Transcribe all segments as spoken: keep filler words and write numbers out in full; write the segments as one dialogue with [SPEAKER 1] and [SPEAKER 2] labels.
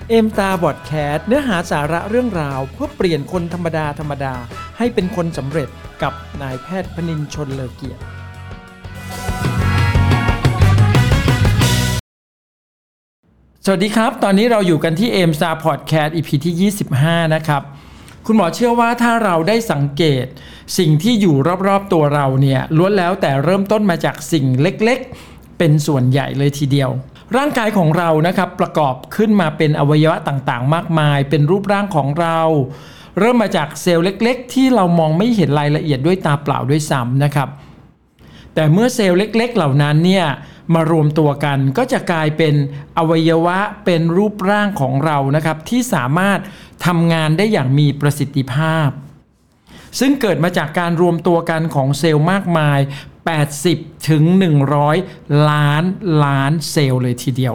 [SPEAKER 1] เอมตาบอดแคสต์เนื้อหาสาระเรื่องราวเพื่อเปลี่ยนคนธรรมดาธรรมดาให้เป็นคนสำเร็จกับนายแพทย์พนินทร์ชลเลอเกียรติสวัสดีครับตอนนี้เราอยู่กันที่เอมตาพอดแคสต์ อี พี ที่ยี่สิบห้านะครับคุณหมอเชื่อว่าถ้าเราได้สังเกตสิ่งที่อยู่รอบๆตัวเราเนี่ยล้วนแล้วแต่เริ่มต้นมาจากสิ่งเล็กๆเป็นส่วนใหญ่เลยทีเดียวร่างกายของเรานะครับประกอบขึ้นมาเป็นอวัยวะต่างๆมากมายเป็นรูปร่างของเราเริ่มมาจากเซลล์เล็กๆที่เรามองไม่เห็นรายละเอียดด้วยตาเปล่าด้วยซ้ำนะครับแต่เมื่อเซลล์เล็กๆเหล่านั้นเนี่ยมารวมตัวกันก็จะกลายเป็นอวัยวะเป็นรูปร่างของเรานะครับที่สามารถทำงานได้อย่างมีประสิทธิภาพซึ่งเกิดมาจากการรวมตัวกันของเซลล์มากมายแปดสิบถึงหนึ่งร้อยล้านล้านเซลล์เลยทีเดียว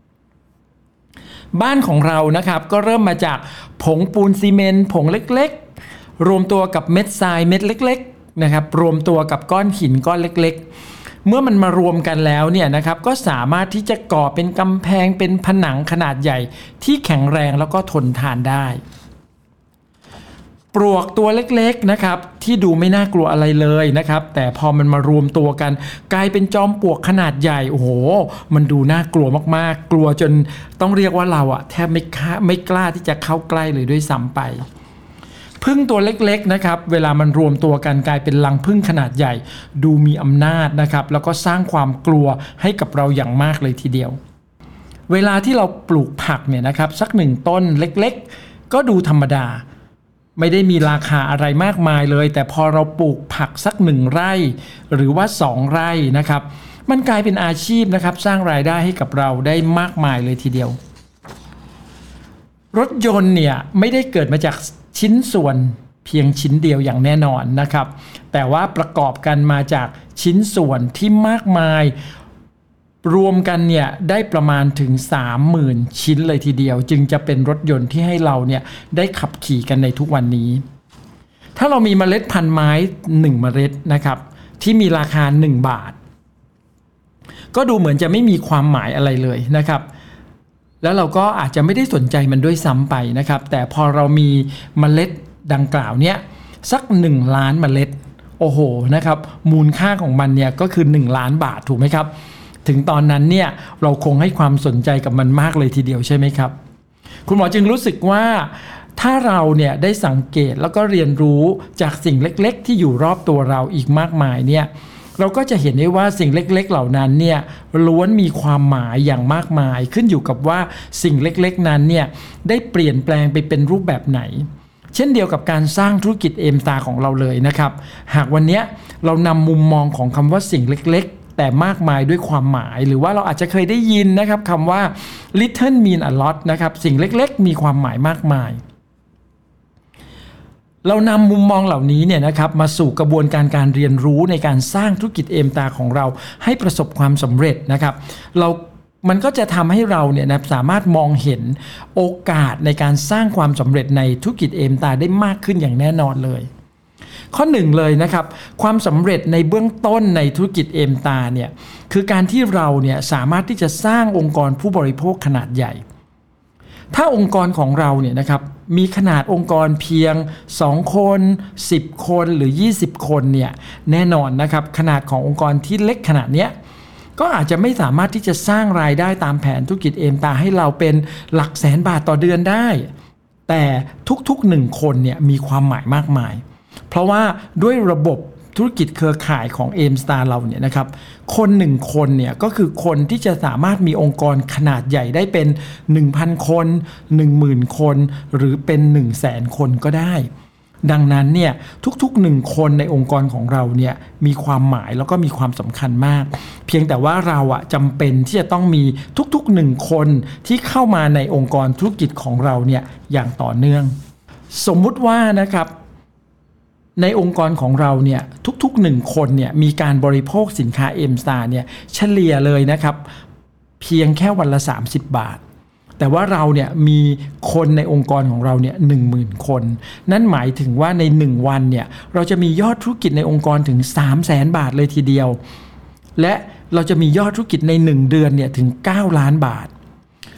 [SPEAKER 1] บ้านของเรานะครับก็เริ่มมาจากผงปูนซีเมนต์ผงเล็กๆรวมตัวกับเม็ดทรายเม็ดเล็กๆนะครับรวมตัวกับก้อนหินก้อนเล็กๆเมื่อมันมารวมกันแล้วเนี่ยนะครับก็สามารถที่จะก่อเป็นกำแพงเป็นผนังขนาดใหญ่ที่แข็งแรงแล้วก็ทนทานได้ปลวกตัวเล็กๆนะครับที่ดูไม่น่ากลัวอะไรเลยนะครับแต่พอมันมารวมตัวกันกลายเป็นจอมปลวกขนาดใหญ่โอ้โหมันดูน่ากลัวมากๆกลัวจนต้องเรียกว่าเราอะแทบไม่ไม่กล้าที่จะเข้าใกล้เลยด้วยซ้ำไปผึ้งตัวเล็กๆนะครับเวลามันรวมตัวกันกลายเป็นรังผึ้งขนาดใหญ่ดูมีอำนาจนะครับแล้วก็สร้างความกลัวให้กับเราอย่างมากเลยทีเดียวเวลาที่เราปลูกผักเนี่ยนะครับสักหนึ่งต้นเล็กๆก็ดูธรรมดาไม่ได้มีราคาอะไรมากมายเลยแต่พอเราปลูกผักสักหนึ่งไร่หรือว่าสองไร่นะครับมันกลายเป็นอาชีพนะครับสร้างรายได้ให้กับเราได้มากมายเลยทีเดียวรถยนต์เนี่ยไม่ได้เกิดมาจากชิ้นส่วนเพียงชิ้นเดียวอย่างแน่นอนนะครับแต่ว่าประกอบกันมาจากชิ้นส่วนที่มากมายรวมกันเนี่ยได้ประมาณถึง สามหมื่น ชิ้นเลยทีเดียวจึงจะเป็นรถยนต์ที่ให้เราเนี่ยได้ขับขี่กันในทุกวันนี้ถ้าเรามีเมล็ดพันธุ์ไม้หนึ่งเมล็ดนะครับที่มีราคาหนึ่งบาทก็ดูเหมือนจะไม่มีความหมายอะไรเลยนะครับแล้วเราก็อาจจะไม่ได้สนใจมันด้วยซ้ำไปนะครับแต่พอเรามีเมล็ดดังกล่าวเนี่ยสักหนึ่งล้านเมล็ดโอ้โหนะครับมูลค่าของมันเนี่ยก็คือหนึ่งล้านบาทถูกไหมครับถึงตอนนั้นเนี่ยเราคงให้ความสนใจกับมันมากเลยทีเดียวใช่ไหมครับคุณหมอจึงรู้สึกว่าถ้าเราเนี่ยได้สังเกตแล้วก็เรียนรู้จากสิ่งเล็กๆที่อยู่รอบตัวเราอีกมากมายเนี่ยเราก็จะเห็นได้ว่าสิ่งเล็กๆเหล่านั้นเนี่ยล้วนมีความหมายอย่างมากมายขึ้นอยู่กับว่าสิ่งเล็กๆนั้นเนี่ยได้เปลี่ยนแปลงไปเป็นรูปแบบไหนเช่นเดียวกับการสร้างธุรกิจเอมตาของเราเลยนะครับหากวันนี้เรานำมุมมองของคำว่าสิ่งเล็กๆแต่มากมายด้วยความหมายหรือว่าเราอาจจะเคยได้ยินนะครับคำว่า little mean a lot นะครับสิ่งเล็กๆมีความหมายมากมายเรานำมุมมองเหล่านี้เนี่ยนะครับมาสู่กระบวนการการเรียนรู้ในการสร้างธุรกิจเอมตาของเราให้ประสบความสำเร็จนะครับเรามันก็จะทำให้เราเนี่ยนะสามารถมองเห็นโอกาสในการสร้างความสำเร็จในธุรกิจเอมตาได้มากขึ้นอย่างแน่นอนเลยข้อหนึ่งเลยนะครับความสำเร็จในเบื้องต้นในธุรกิจเอมตาเนี่ยคือการที่เราเนี่ยสามารถที่จะสร้างองค์กรผู้บริโภคขนาดใหญ่ถ้าองค์กรของเราเนี่ยนะครับมีขนาดองค์กรเพียงสองคนสิบคนหรือยี่สิบคนเนี่ยแน่นอนนะครับขนาดขององค์กรที่เล็กขนาดเนี้ยก็อาจจะไม่สามารถที่จะสร้างรายได้ตามแผนธุรกิจเอมตาให้เราเป็นหลักแสนบาทต่อเดือนได้แต่ทุกๆหนึ่งคนเนี่ยมีความหมายมากมายเพราะว่าด้วยระบบธุรกิจเครือข่ายของเอมสตาร์เราเนี่ยนะครับคนหนึ่งคนเนี่ยก็คือคนที่จะสามารถมีองค์กรขนาดใหญ่ได้เป็น หนึ่งพัน คน หนึ่งหมื่น คนหรือเป็น หนึ่งแสน คนก็ได้ดังนั้นเนี่ยทุกๆหนึ่งคนในองค์กรของเราเนี่ยมีความหมายแล้วก็มีความสำคัญมากเพียงแต่ว่าเราอะจำเป็นที่จะต้องมีทุกๆหนึ่งคนที่เข้ามาในองค์กรธุรกิจของเราเนี่ยอย่างต่อเนื่องสมมุติว่านะครับในองค์กรของเราเนี่ยทุกๆหนึ่งคนเนี่ยมีการบริโภคสินค้าเอมสตาร์เนี่ยเฉลี่ยเลยนะครับเพียงแค่วันละสามสิบบาทแต่ว่าเราเนี่ยมีคนในองค์กรของเราเนี่ย หนึ่งหมื่น คนนั่นหมายถึงว่าในหนึ่งวันเนี่ยเราจะมียอดธุรกิจในองค์กรถึง สามแสน บาทเลยทีเดียวและเราจะมียอดธุรกิจในหนึ่งเดือนเนี่ยถึงเก้าล้านบาท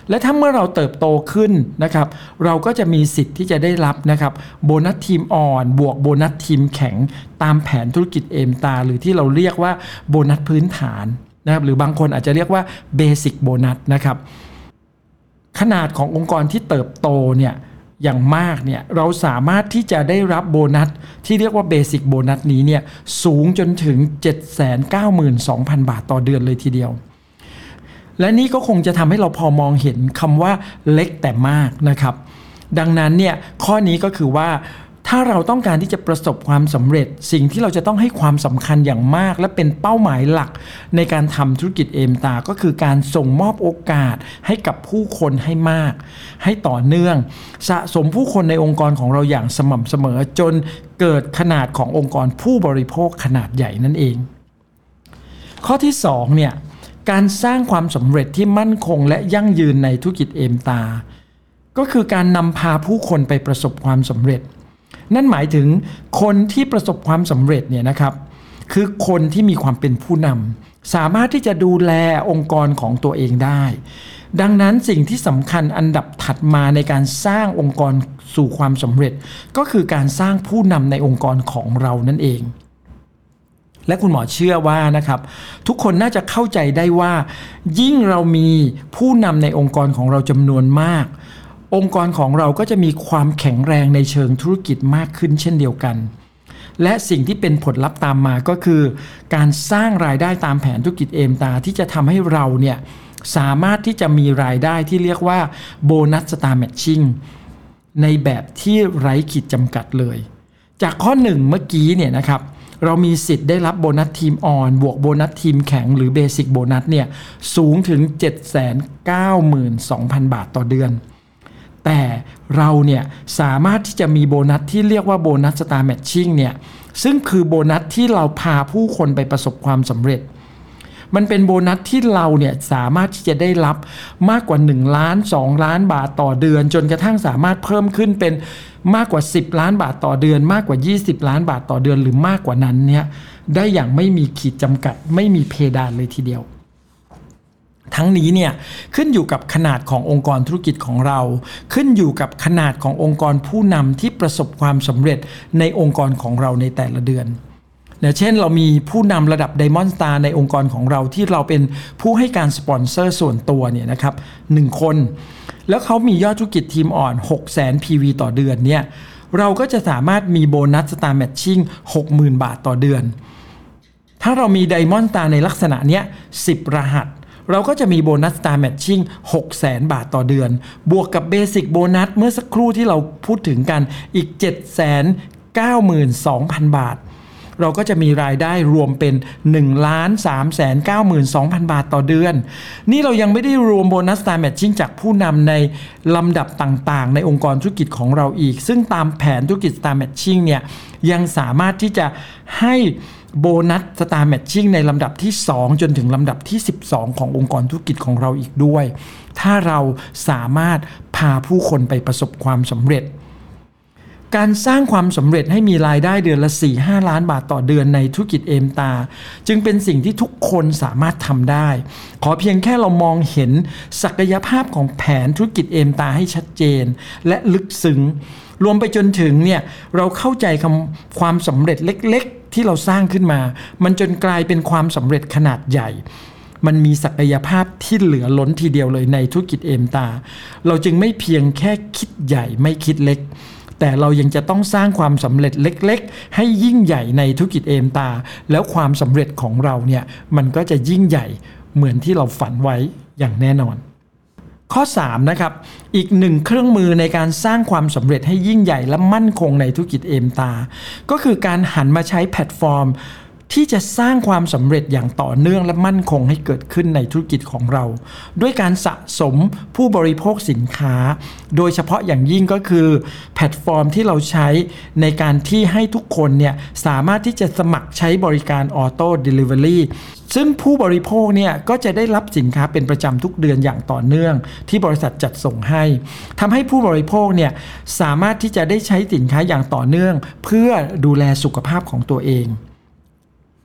[SPEAKER 1] และถ้าเมื่อเราเติบโตขึ้นนะครับเราก็จะมีสิทธิ์ที่จะได้รับนะครับโบนัสทีมอ่อนบวกโบนัสทีมแข็งตามแผนธุรกิจเอมตาหรือที่เราเรียกว่าโบนัสพื้นฐานนะครับหรือบางคนอาจจะเรียกว่าเบสิกโบนัสนะครับขนาดขององค์กรที่เติบโตเนี่ยอย่างมากเนี่ยเราสามารถที่จะได้รับโบนัสที่เรียกว่าเบสิกโบนัสนี้เนี่ยสูงจนถึง เจ็ดแสนเก้าหมื่นสองพัน บาทต่อเดือนเลยทีเดียวและนี่ก็คงจะทำให้เราพอมองเห็นคำว่าเล็กแต่มากนะครับดังนั้นเนี่ยข้อนี้ก็คือว่าถ้าเราต้องการที่จะประสบความสำเร็จสิ่งที่เราจะต้องให้ความสำคัญอย่างมากและเป็นเป้าหมายหลักในการทำธุรกิจเอมตาก็คือการส่งมอบโอกาสให้กับผู้คนให้มากให้ต่อเนื่องสะสมผู้คนในองค์กรของเราอย่างสม่ำเสมอจนเกิดขนาดขององค์กรผู้บริโภคขนาดใหญ่นั่นเองข้อที่สองเนี่ยการสร้างความสำเร็จที่มั่นคงและยั่งยืนในธุรกิจเอมตาก็คือการนำพาผู้คนไปประสบความสำเร็จนั่นหมายถึงคนที่ประสบความสำเร็จเนี่ยนะครับคือคนที่มีความเป็นผู้นำสามารถที่จะดูแลองค์กรของตัวเองได้ดังนั้นสิ่งที่สำคัญอันดับถัดมาในการสร้างองค์กรสู่ความสำเร็จก็คือการสร้างผู้นำในองค์กรของเรานั่นเองและคุณหมอเชื่อว่านะครับทุกคนน่าจะเข้าใจได้ว่ายิ่งเรามีผู้นำในองค์กรของเราจำนวนมากองค์กรของเราก็จะมีความแข็งแรงในเชิงธุรกิจมากขึ้นเช่นเดียวกันและสิ่งที่เป็นผลลัพธ์ตามมาก็คือการสร้างรายได้ตามแผนธุรกิจเอมตาที่จะทำให้เราเนี่ยสามารถที่จะมีรายได้ที่เรียกว่าโบนัสสตาร์แมทชิ่งในแบบที่ไร้ขีดจำกัดเลยจากข้อหนึ่งเมื่อกี้เนี่ยนะครับเรามีสิทธิ์ได้รับโบนัสทีมอ่อนบวกโบนัสทีมแข็งหรือเบสิกโบนัสเนี่ยสูงถึง เจ็ดแสนเก้าหมื่นสองพัน บาทต่อเดือนแต่เราเนี่ยสามารถที่จะมีโบนัสที่เรียกว่าโบนัสสตาร์แมทชิ่งเนี่ยซึ่งคือโบนัสที่เราพาผู้คนไปประสบความสำเร็จมันเป็นโบนัสที่เราเนี่ยสามารถที่จะได้รับมากกว่าหนึ่งล้านสองล้านบาทต่อเดือนจนกระทั่งสามารถเพิ่มขึ้นเป็นมากกว่าสิบล้านบาทต่อเดือนมากกว่ายี่สิบล้านบาทต่อเดือนหรือมากกว่านั้นเนี่ยได้อย่างไม่มีขีดจำกัดไม่มีเพดานเลยทีเดียวทั้งนี้เนี่ยขึ้นอยู่กับขนาดขององค์กรธุรกิจของเราขึ้นอยู่กับขนาดขององค์กรผู้นำที่ประสบความสำเร็จในองค์กรของเราในแต่ละเดือนเนี่ยเช่นเรามีผู้นำระดับ Diamond Star ในองค์กรของเราที่เราเป็นผู้ให้การสปอนเซอร์ส่วนตัวเนี่ยนะครับหนึ่งคนแล้วเขามียอดธุรกิจทีมอ่อน หกแสน พี วี ต่อเดือนเนี่ยเราก็จะสามารถมีโบนัสสตาร์แมทชิ่ง หกหมื่น บาทต่อเดือนถ้าเรามี Diamond Star ในลักษณะเนี้ยสิบรหัสเราก็จะมีโบนัส Star Matching หกแสน บาทต่อเดือนบวกกับเบสิกโบนัสเมื่อสักครู่ที่เราพูดถึงกันอีก เจ็ดแสนเก้าหมื่นสองพัน บาทเราก็จะมีรายได้รวมเป็น หนึ่งล้านสามแสนเก้าหมื่นสองพัน บาทต่อเดือนนี่เรายังไม่ได้รวมโบนัส Star Matching จากผู้นำในลำดับต่างๆในองค์กรธุรกิจของเราอีกซึ่งตามแผนธุรกิจ Star Matching เนี่ยยังสามารถที่จะให้โบนัสสตาร์แมทชิ่งในลำดับที่สองจนถึงลำดับที่สิบสองขององค์กรธุรกิจของเราอีกด้วยถ้าเราสามารถพาผู้คนไปประสบความสำเร็จการสร้างความสำเร็จให้มีรายได้เดือนละ สี่ถึงห้า ล้านบาทต่อเดือนในธุรกิจเอมตาจึงเป็นสิ่งที่ทุกคนสามารถทำได้ขอเพียงแค่เรามองเห็นศักยภาพของแผนธุรกิจเอมตาให้ชัดเจนและลึกซึ้งรวมไปจนถึงเนี่ยเราเข้าใจคำความสำเร็จเล็กๆที่เราสร้างขึ้นมามันจนกลายเป็นความสำเร็จขนาดใหญ่มันมีศักยภาพที่เหลือล้นทีเดียวเลยในธุรกิจเอมตาเราจึงไม่เพียงแค่คิดใหญ่ไม่คิดเล็กแต่เรายังจะต้องสร้างความสำเร็จเล็กๆให้ยิ่งใหญ่ในธุรกิจเอมตาแล้วความสำเร็จของเราเนี่ยมันก็จะยิ่งใหญ่เหมือนที่เราฝันไว้อย่างแน่นอนข้อสามนะครับอีกหนึ่งเครื่องมือในการสร้างความสำเร็จให้ยิ่งใหญ่และมั่นคงในธุรกิจเอมตาก็คือการหันมาใช้แพลตฟอร์มที่จะสร้างความสำเร็จอย่างต่อเนื่องและมั่นคงให้เกิดขึ้นในธุรกิจของเราด้วยการสะสมผู้บริโภคสินค้าโดยเฉพาะอย่างยิ่งก็คือแพลตฟอร์มที่เราใช้ในการที่ให้ทุกคนเนี่ยสามารถที่จะสมัครใช้บริการออโต้เดลิเวอรี่ซึ่งผู้บริโภคเนี่ยก็จะได้รับสินค้าเป็นประจำทุกเดือนอย่างต่อเนื่องที่บริษัทจัดส่งให้ทำให้ผู้บริโภคเนี่ยสามารถที่จะได้ใช้สินค้าอย่างต่อเนื่องเพื่อดูแลสุขภาพของตัวเอง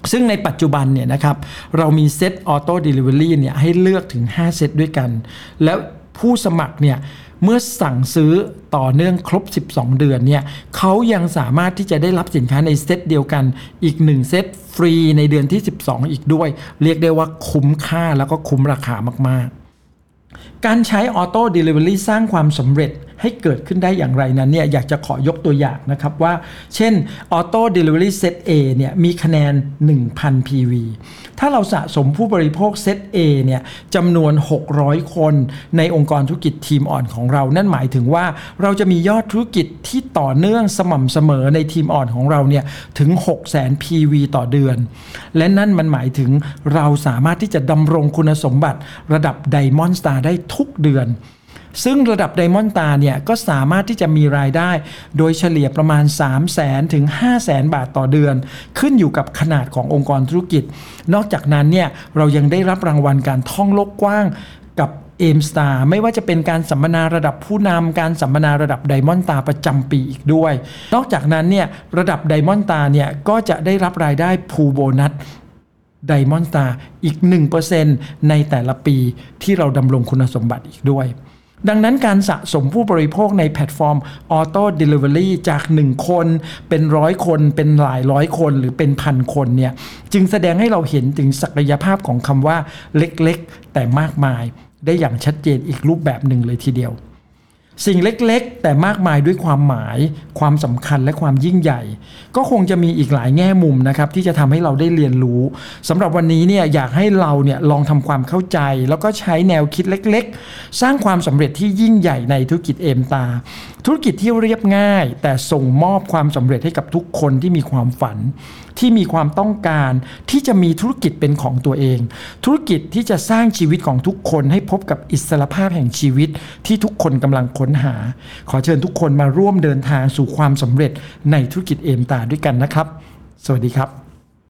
[SPEAKER 1] ซึ่งในปัจจุบันเนี่ยนะครับเรามีเซตออโต้เดลิเวอรี่เนี่ยให้เลือกถึงห้าเซตด้วยกันแล้วผู้สมัครเนี่ยเมื่อสั่งซื้อต่อเนื่องครบสิบสองเดือนเนี่ยเขายังสามารถที่จะได้รับสินค้าในเซตเดียวกันอีกหนึ่งเซตฟรีในเดือนที่สิบสองอีกด้วยเรียกได้ว่าคุ้มค่าแล้วก็คุ้มราคามากๆการใช้ออโต้เดลิเวอรี่สร้างความสำเร็จให้เกิดขึ้นได้อย่างไรนั้นเนี่ยอยากจะขอยกตัวอย่างนะครับว่าเช่น Auto Delivery Set A เนี่ยมีคะแนน หนึ่งพัน พี วี ถ้าเราสะสมผู้บริโภค Set A เนี่ยจำนวนหกร้อยคนในองค์กรธุรกิจทีมอ่อนของเรานั่นหมายถึงว่าเราจะมียอดธุรกิจที่ต่อเนื่องสม่ำเสมอในทีมอ่อนของเราเนี่ยถึง หกแสน พี วี ต่อเดือนและนั่นมันหมายถึงเราสามารถที่จะดำรงคุณสมบัติระดับ Diamond Star ได้ทุกเดือนซึ่งระดับ Diamond Star เนี่ยก็สามารถที่จะมีรายได้โดยเฉลี่ยประมาณ สามแสน ถึง ห้าแสน บาทต่อเดือนขึ้นอยู่กับขนาดขององค์กรธุรกิจนอกจากนั้นเนี่ยเรายังได้รับรางวัลการท่องโลกกว้างกับ เอม สตาร์ ไม่ว่าจะเป็นการสัมมนาระดับผู้นำการสัมมนาระดับ Diamond Star ประจำปีอีกด้วยนอกจากนั้นเนี่ยระดับ Diamond Star เนี่ยก็จะได้รับรายได้พูลโบนัสDiamond Star อีก หนึ่งเปอร์เซ็นต์ ในแต่ละปีที่เราดำรงคุณสมบัติอีกด้วยดังนั้นการสะสมผู้บริโภคในแพลตฟอร์ม Auto Delivery จากหนึ่งคนเป็นร้อยคนเป็นหลายร้อยคนหรือเป็นพันคนเนี่ยจึงแสดงให้เราเห็นถึงศักยภาพของคำว่าเล็กๆแต่มากมายได้อย่างชัดเจนอีกรูปแบบหนึ่งเลยทีเดียวสิ่งเล็กๆแต่มากมายด้วยความหมายความสำคัญและความยิ่งใหญ่ก็คงจะมีอีกหลายแง่มุมนะครับที่จะทำให้เราได้เรียนรู้สำหรับวันนี้เนี่ยอยากให้เราเนี่ยลองทำความเข้าใจแล้วก็ใช้แนวคิดเล็กๆสร้างความสำเร็จที่ยิ่งใหญ่ในธุรกิจเอมตาธุรกิจที่เรียบง่ายแต่ส่งมอบความสำเร็จให้กับทุกคนที่มีความฝันที่มีความต้องการที่จะมีธุรกิจเป็นของตัวเองธุรกิจที่จะสร้างชีวิตของทุกคนให้พบกับอิสรภาพแห่งชีวิตที่ทุกคนกำลังค้นหาขอเชิญทุกคนมาร่วมเดินทางสู่ความสำเร็จในธุรกิจเอมตาด้วยกันนะครับสวัสดีครับ